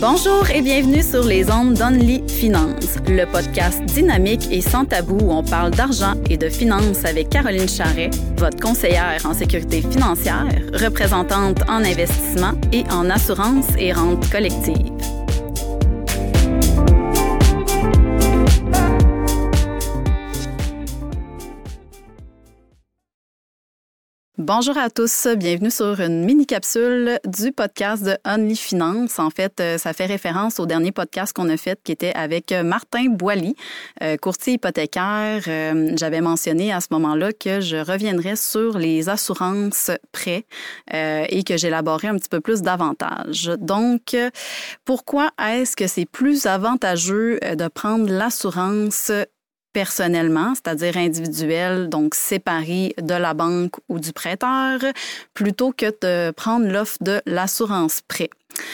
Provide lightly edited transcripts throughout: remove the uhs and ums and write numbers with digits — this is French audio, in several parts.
Bonjour et bienvenue sur les ondes d'Only Finance, le podcast dynamique et sans tabou où on parle d'argent et de finances avec Caroline Charret, votre conseillère en sécurité financière, représentante en investissement et en assurance et rente collective. Bonjour à tous, bienvenue sur une mini-capsule du podcast de Only Finance. En fait, ça fait référence au dernier podcast qu'on a fait qui était avec Martin Boily, courtier hypothécaire. J'avais mentionné à ce moment-là que je reviendrais sur les assurances prêts et que j'élaborerais un petit peu plus d'avantages. Donc, pourquoi est-ce que c'est plus avantageux de prendre l'assurance personnellement, c'est-à-dire individuel, donc séparé de la banque ou du prêteur, plutôt que de prendre l'offre de l'assurance prêt?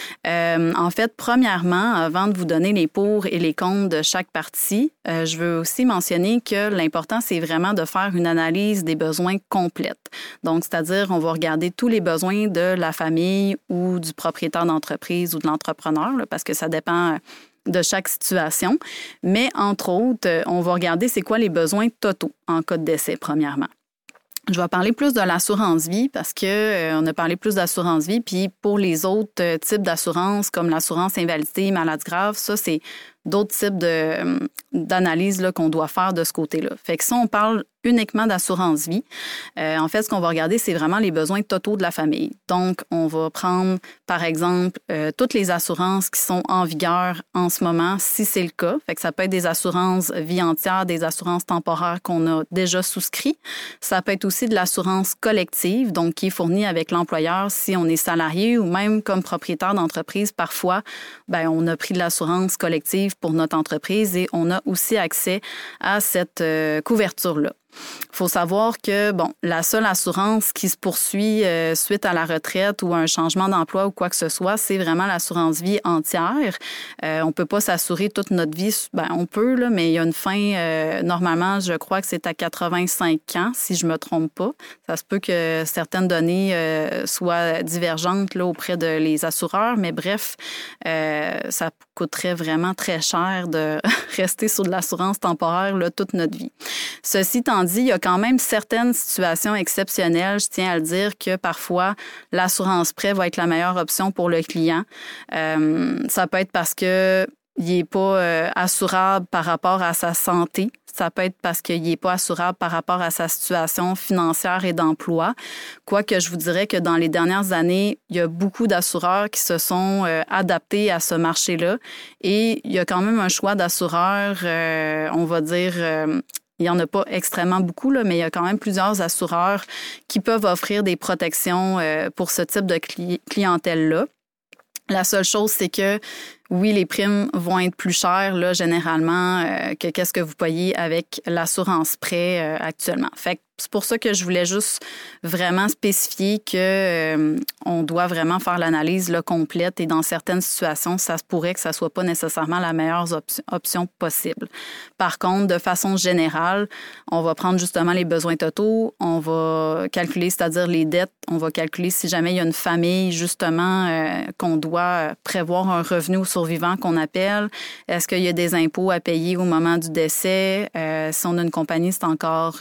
En fait, premièrement, avant de vous donner les pour et les contre de chaque partie, je veux aussi mentionner que l'important, c'est vraiment de faire une analyse des besoins complète. Donc, c'est-à-dire, on va regarder tous les besoins de la famille ou du propriétaire d'entreprise ou de l'entrepreneur, là, parce que ça dépend de chaque situation. Mais, entre autres, on va regarder c'est quoi les besoins totaux en cas de décès, premièrement. Je vais parler plus de l'assurance vie parce que on a parlé plus d'assurance vie. Puis pour les autres types d'assurance, comme l'assurance invalidité, maladie grave, ça, c'est d'autres types d'analyses là, qu'on doit faire de ce côté-là. Fait que si on parle uniquement d'assurance vie, en fait, ce qu'on va regarder, c'est vraiment les besoins totaux de la famille. Donc, on va prendre, par exemple, toutes les assurances qui sont en vigueur en ce moment, si c'est le cas. Fait que ça peut être des assurances vie entière, des assurances temporaires qu'on a déjà souscrit. Ça peut être aussi de l'assurance collective, donc qui est fournie avec l'employeur si on est salarié ou même comme propriétaire d'entreprise. Parfois, bien, on a pris de l'assurance collective pour notre entreprise et on a aussi accès à cette couverture-là. Il faut savoir que, bon, la seule assurance qui se poursuit suite à la retraite ou à un changement d'emploi ou quoi que ce soit, c'est vraiment l'assurance vie entière. On ne peut pas s'assurer toute notre vie. Bien, on peut, là, mais il y a une fin, normalement, je crois que c'est à 85 ans, si je ne me trompe pas. Ça se peut que certaines données soient divergentes là, auprès de les assureurs, mais bref, ça coûterait vraiment très cher de rester sur de l'assurance temporaire là, toute notre vie. Ceci étant dit, il y a quand même certaines situations exceptionnelles. Je tiens à le dire que parfois, l'assurance prêt va être la meilleure option pour le client. Ça peut être parce qu'il n'est pas assurable par rapport à sa santé. Ça peut être parce qu'il n'est pas assurable par rapport à sa situation financière et d'emploi. Quoique je vous dirais que dans les dernières années, il y a beaucoup d'assureurs qui se sont adaptés à ce marché-là. Et il y a quand même un choix d'assureurs, on va dire... il n'y en a pas extrêmement beaucoup, là, mais il y a quand même plusieurs assureurs qui peuvent offrir des protections pour ce type de clientèle-là. La seule chose, c'est que, oui, les primes vont être plus chères, là, généralement, que qu'est-ce que vous payez avec l'assurance prêt actuellement. Fait que c'est pour ça que je voulais juste vraiment spécifier que on doit vraiment faire l'analyse là, complète et dans certaines situations, ça se pourrait que ça soit pas nécessairement la meilleure option possible. Par contre, de façon générale, on va prendre justement les besoins totaux, on va calculer, c'est-à-dire les dettes, on va calculer si jamais il y a une famille justement qu'on doit prévoir un revenu au survivant qu'on appelle. Est-ce qu'il y a des impôts à payer au moment du décès? Si on a une compagnie, c'est encore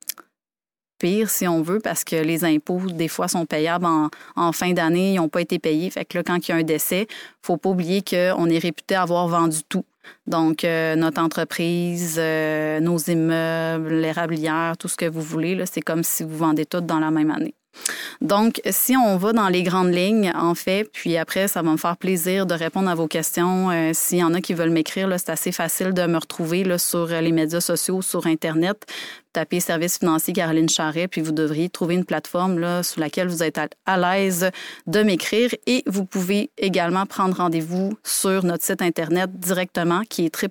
pire, si on veut, parce que les impôts, des fois, sont payables en fin d'année. Ils n'ont pas été payés. Fait que là, quand il y a un décès, il ne faut pas oublier qu'on est réputé avoir vendu tout. Donc, notre entreprise, nos immeubles, l'érablière, tout ce que vous voulez, là, c'est comme si vous vendez tout dans la même année. Donc, si on va dans les grandes lignes, en fait, puis après, ça va me faire plaisir de répondre à vos questions. S'il y en a qui veulent m'écrire, là, c'est assez facile de me retrouver là, sur les médias sociaux, sur Internet. Tapez Service financier Caroline Charret, puis vous devriez trouver une plateforme là, sur laquelle vous êtes à l'aise de m'écrire. Et vous pouvez également prendre rendez-vous sur notre site Internet directement, qui est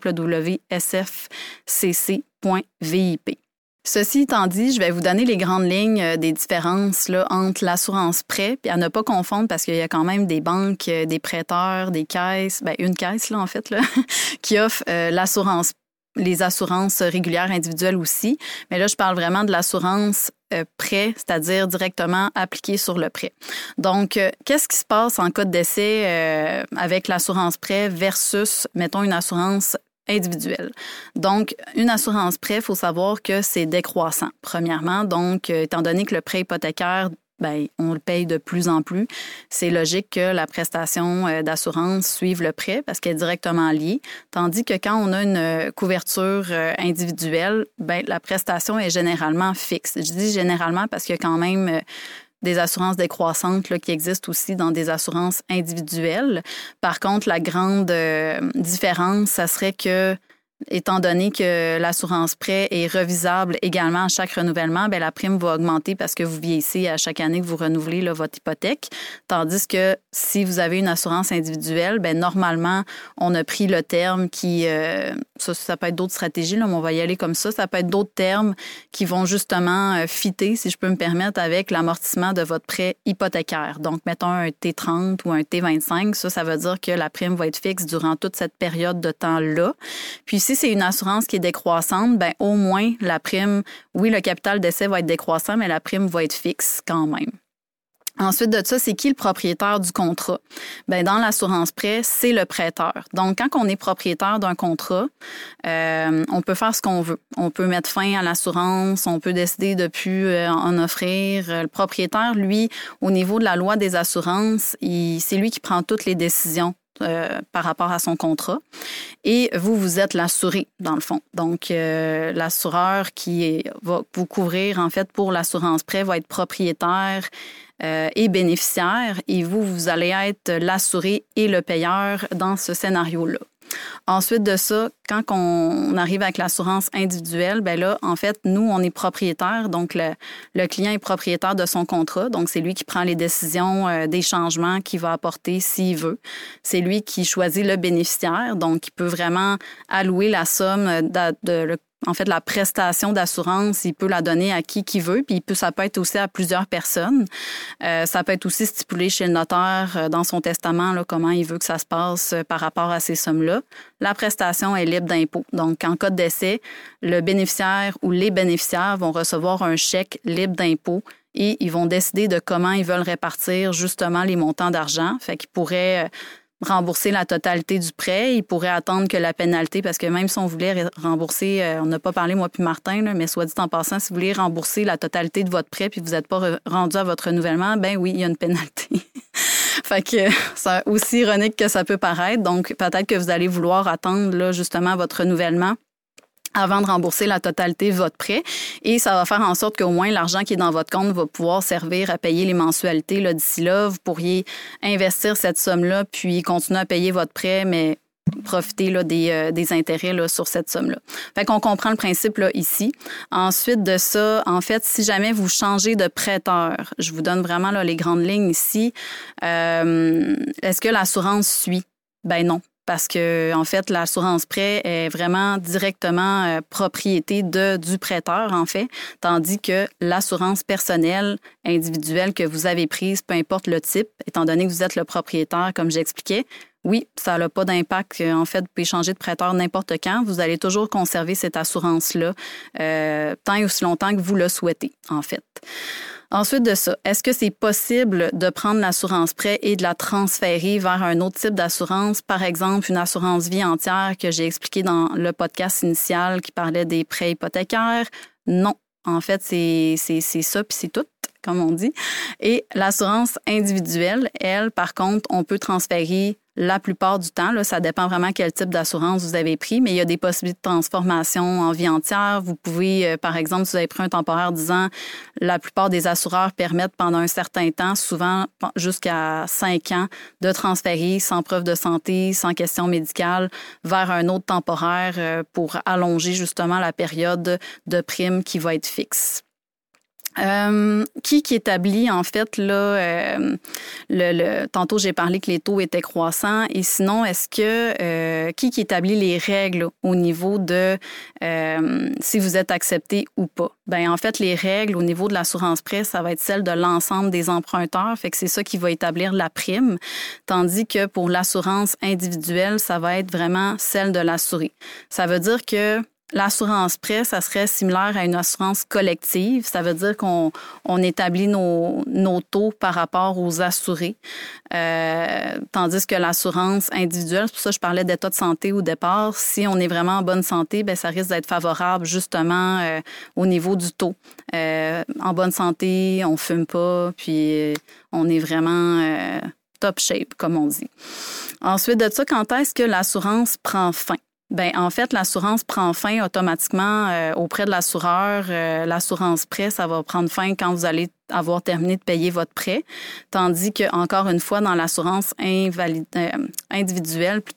www.sfcc.vip. Ceci étant dit, je vais vous donner les grandes lignes des différences là, entre l'assurance prêt, puis à ne pas confondre parce qu'il y a quand même des banques, des prêteurs, des caisses, bien une caisse là en fait, là, qui offre l'assurance les assurances régulières individuelles aussi. Mais là, je parle vraiment de l'assurance prêt, c'est-à-dire directement appliquée sur le prêt. Donc, qu'est-ce qui se passe en cas de décès avec l'assurance prêt versus, mettons, une assurance individuelle? Donc, une assurance prêt, il faut savoir que c'est décroissant, premièrement. Donc, étant donné que le prêt hypothécaire, bien, on le paye de plus en plus. C'est logique que la prestation d'assurance suive le prêt parce qu'elle est directement liée. Tandis que quand on a une couverture individuelle, bien, la prestation est généralement fixe. Je dis généralement parce qu'il y a quand même des assurances décroissantes là, qui existent aussi dans des assurances individuelles. Par contre, la grande différence, ça serait que étant donné que l'assurance prêt est revisable également à chaque renouvellement, bien, la prime va augmenter parce que vous vieillissez à chaque année que vous renouvelez là, votre hypothèque. Tandis que si vous avez une assurance individuelle, bien, normalement, on a pris le terme qui... ça peut être d'autres stratégies, là, mais on va y aller comme ça. Ça peut être d'autres termes qui vont justement fitter, si je peux me permettre, avec l'amortissement de votre prêt hypothécaire. Donc, mettons un T30 ou un T25. Ça veut dire que la prime va être fixe durant toute cette période de temps-là. Puis, si c'est une assurance qui est décroissante, bien, au moins, la prime, oui, le capital d'essai va être décroissant, mais la prime va être fixe quand même. Ensuite de ça, c'est qui le propriétaire du contrat? Bien, dans l'assurance prêt, c'est le prêteur. Donc, quand on est propriétaire d'un contrat, on peut faire ce qu'on veut. On peut mettre fin à l'assurance, on peut décider de plus en offrir. Le propriétaire, lui, au niveau de la loi des assurances, c'est lui qui prend toutes les décisions par rapport à son contrat. Et vous êtes l'assuré, dans le fond. Donc, l'assureur qui va vous couvrir, en fait, pour l'assurance prêt, va être propriétaire et bénéficiaire. Et vous allez être l'assuré et le payeur dans ce scénario-là. Ensuite de ça, quand on arrive avec l'assurance individuelle, bien là, en fait, nous, on est propriétaire. Donc, le client est propriétaire de son contrat. Donc, c'est lui qui prend les décisions des changements qu'il va apporter s'il veut. C'est lui qui choisit le bénéficiaire. Donc, il peut vraiment allouer la somme en fait, la prestation d'assurance, il peut la donner à qui veut, puis ça peut être aussi à plusieurs personnes. Ça peut être aussi stipulé chez le notaire dans son testament là, comment il veut que ça se passe par rapport à ces sommes-là. La prestation est libre d'impôt. Donc, en cas de décès, le bénéficiaire ou les bénéficiaires vont recevoir un chèque libre d'impôt et ils vont décider de comment ils veulent répartir justement les montants d'argent. Fait qu'ils pourraient rembourser la totalité du prêt. Il pourrait attendre que la pénalité, parce que même si on voulait rembourser, on n'a pas parlé, moi puis Martin, là, mais soit dit en passant, si vous voulez rembourser la totalité de votre prêt puis vous n'êtes pas rendu à votre renouvellement, ben oui, il y a une pénalité. Fait que c'est aussi ironique que ça peut paraître. Donc, peut-être que vous allez vouloir attendre là, justement votre renouvellement avant de rembourser la totalité de votre prêt. Et ça va faire en sorte qu'au moins l'argent qui est dans votre compte va pouvoir servir à payer les mensualités là, d'ici là. Vous pourriez investir cette somme-là puis continuer à payer votre prêt, mais profiter là, des intérêts là, sur cette somme-là. Fait qu'on comprend le principe là, ici. Ensuite de ça, en fait, si jamais vous changez de prêteur, je vous donne vraiment là, les grandes lignes ici. Est-ce que l'assurance suit? Ben non. Parce que, en fait, l'assurance prêt est vraiment directement propriété du prêteur, en fait, tandis que l'assurance personnelle individuelle que vous avez prise, peu importe le type, étant donné que vous êtes le propriétaire, comme j'expliquais, oui, ça n'a pas d'impact. En fait, vous pouvez changer de prêteur n'importe quand. Vous allez toujours conserver cette assurance-là tant et aussi longtemps que vous le souhaitez, en fait. Ensuite de ça, est-ce que c'est possible de prendre l'assurance prêt et de la transférer vers un autre type d'assurance, par exemple une assurance vie entière que j'ai expliqué dans le podcast initial qui parlait des prêts hypothécaires? Non. En fait, c'est ça, puis c'est tout, comme on dit. Et l'assurance individuelle, elle, par contre, on peut transférer la plupart du temps. Là, ça dépend vraiment quel type d'assurance vous avez pris, mais il y a des possibilités de transformation en vie entière. Vous pouvez, par exemple, si vous avez pris un temporaire 10 ans, la plupart des assureurs permettent pendant un certain temps, souvent jusqu'à 5 ans, de transférer sans preuve de santé, sans question médicale, vers un autre temporaire pour allonger justement la période de prime qui va être fixe. Qui établit, en fait, là, tantôt j'ai parlé que les taux étaient croissants, et sinon, est-ce que qui établit les règles au niveau de si vous êtes accepté ou pas? Bien, en fait, les règles au niveau de l'assurance prêt, ça va être celle de l'ensemble des emprunteurs, fait que c'est ça qui va établir la prime, tandis que pour l'assurance individuelle, ça va être vraiment celle de l'assuré. Ça veut dire que l'assurance prêt, ça serait similaire à une assurance collective. Ça veut dire qu'on établit nos taux par rapport aux assurés. Tandis que l'assurance individuelle, c'est pour ça que je parlais d'état de santé au départ, si on est vraiment en bonne santé, bien, ça risque d'être favorable justement au niveau du taux. En bonne santé, on ne fume pas, puis on est vraiment top shape, comme on dit. Ensuite de ça, quand est-ce que l'assurance prend fin? Bien, en fait, l'assurance prend fin automatiquement auprès de l'assureur. L'assurance prêt, ça va prendre fin quand vous allez avoir terminé de payer votre prêt. Tandis que, encore une fois, dans l'assurance individuelle,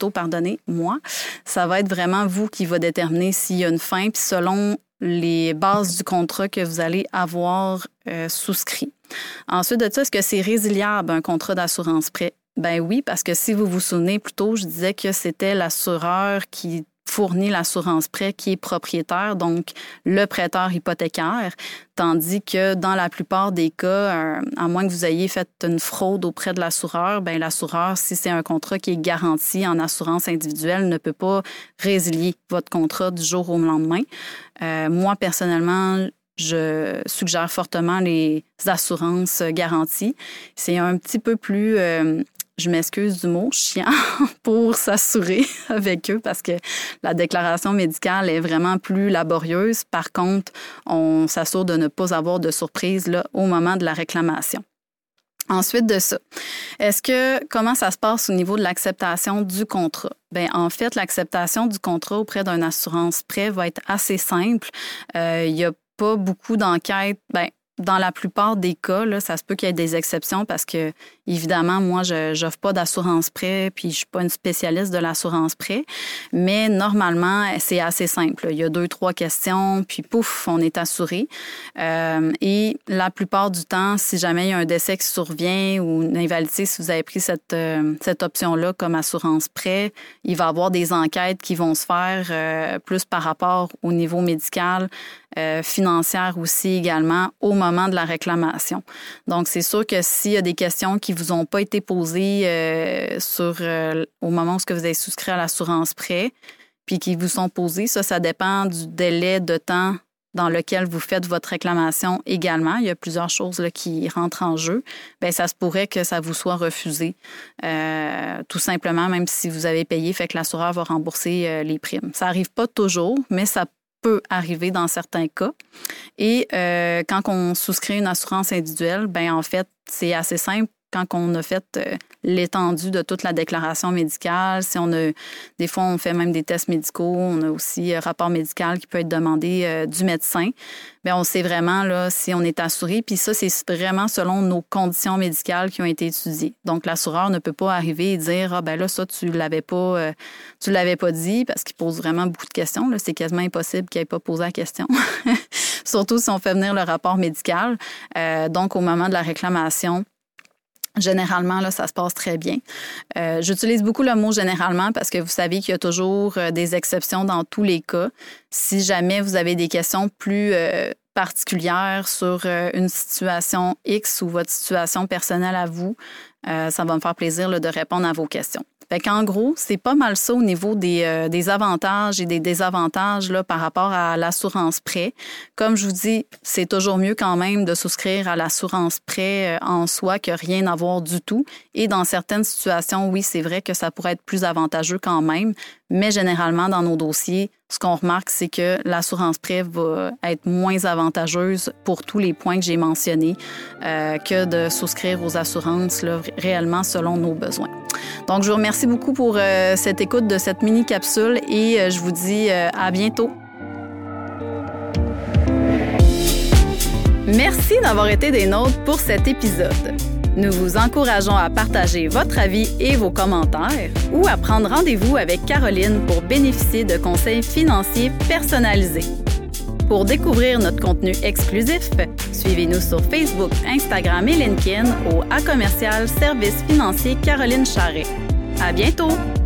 ça va être vraiment vous qui va déterminer s'il y a une fin, puis selon les bases du contrat que vous allez avoir souscrit. Ensuite de ça, est-ce que c'est résiliable, un contrat d'assurance prêt? Ben oui, parce que si vous vous souvenez plus tôt, je disais que c'était l'assureur qui fournit l'assurance prêt qui est propriétaire, donc le prêteur hypothécaire, tandis que dans la plupart des cas, à moins que vous ayez fait une fraude auprès de l'assureur, bien l'assureur, si c'est un contrat qui est garanti en assurance individuelle, ne peut pas résilier votre contrat du jour au lendemain. Moi, personnellement, je suggère fortement les assurances garanties. C'est un petit peu plus, je m'excuse du mot, chiant pour s'assurer avec eux parce que la déclaration médicale est vraiment plus laborieuse. Par contre, on s'assure de ne pas avoir de surprise là, au moment de la réclamation. Ensuite de ça, comment ça se passe au niveau de l'acceptation du contrat? Bien, en fait, l'acceptation du contrat auprès d'une assurance prêt va être assez simple. Il n'y a pas beaucoup d'enquêtes. Bien, dans la plupart des cas, là, ça se peut qu'il y ait des exceptions parce que, évidemment, moi, je n'offre pas d'assurance prêt puis je ne suis pas une spécialiste de l'assurance prêt. Mais normalement, c'est assez simple. Il y a 2-3 questions, puis pouf, on est assuré. Et la plupart du temps, si jamais il y a un décès qui survient ou une invalidité, si vous avez pris cette option-là comme assurance prêt, il va y avoir des enquêtes qui vont se faire plus par rapport au niveau médical, financière aussi également, au moment de la réclamation. Donc, c'est sûr que s'il y a des questions qui ne vous ont pas été posées au moment où vous avez souscrit à l'assurance prêt, puis qui vous sont posées, ça dépend du délai de temps dans lequel vous faites votre réclamation également. Il y a plusieurs choses là, qui rentrent en jeu. Bien, ça se pourrait que ça vous soit refusé, tout simplement, même si vous avez payé, fait que l'assureur va rembourser les primes. Ça n'arrive pas toujours, mais ça peut arriver dans certains cas. Et quand on souscrit une assurance individuelle, bien en fait, c'est assez simple. Quand on a fait l'étendue de toute la déclaration médicale, des fois, on fait même des tests médicaux, on a aussi un rapport médical qui peut être demandé du médecin. Bien, on sait vraiment là, si on est assuré. Puis ça, c'est vraiment selon nos conditions médicales qui ont été étudiées. Donc, l'assureur ne peut pas arriver et dire « Ah, ben là, ça, tu l'avais pas dit » parce qu'il pose vraiment beaucoup de questions. Là, c'est quasiment impossible qu'il n'ait pas posé la question. Surtout si on fait venir le rapport médical. Donc, au moment de la réclamation, généralement, là, ça se passe très bien. J'utilise beaucoup le mot « généralement » parce que vous savez qu'il y a toujours des exceptions dans tous les cas. Si jamais vous avez des questions plus particulières sur une situation X ou votre situation personnelle à vous, ça va me faire plaisir là, de répondre à vos questions. Fait qu'en gros, c'est pas mal ça au niveau des avantages et des désavantages là, par rapport à l'assurance prêt. Comme je vous dis, c'est toujours mieux quand même de souscrire à l'assurance prêt en soi que rien n'avoir du tout. Et dans certaines situations, oui, c'est vrai que ça pourrait être plus avantageux quand même. Mais généralement, dans nos dossiers, ce qu'on remarque, c'est que l'assurance prêt va être moins avantageuse pour tous les points que j'ai mentionnés que de souscrire aux assurances là, réellement selon nos besoins. Donc, je vous remercie beaucoup pour cette écoute de cette mini-capsule et je vous dis à bientôt. Merci d'avoir été des nôtres pour cet épisode. Nous vous encourageons à partager votre avis et vos commentaires ou à prendre rendez-vous avec Caroline pour bénéficier de conseils financiers personnalisés. Pour découvrir notre contenu exclusif, Suivez-nous sur Facebook, Instagram et LinkedIn au @Service financier Caroline Charret. À bientôt!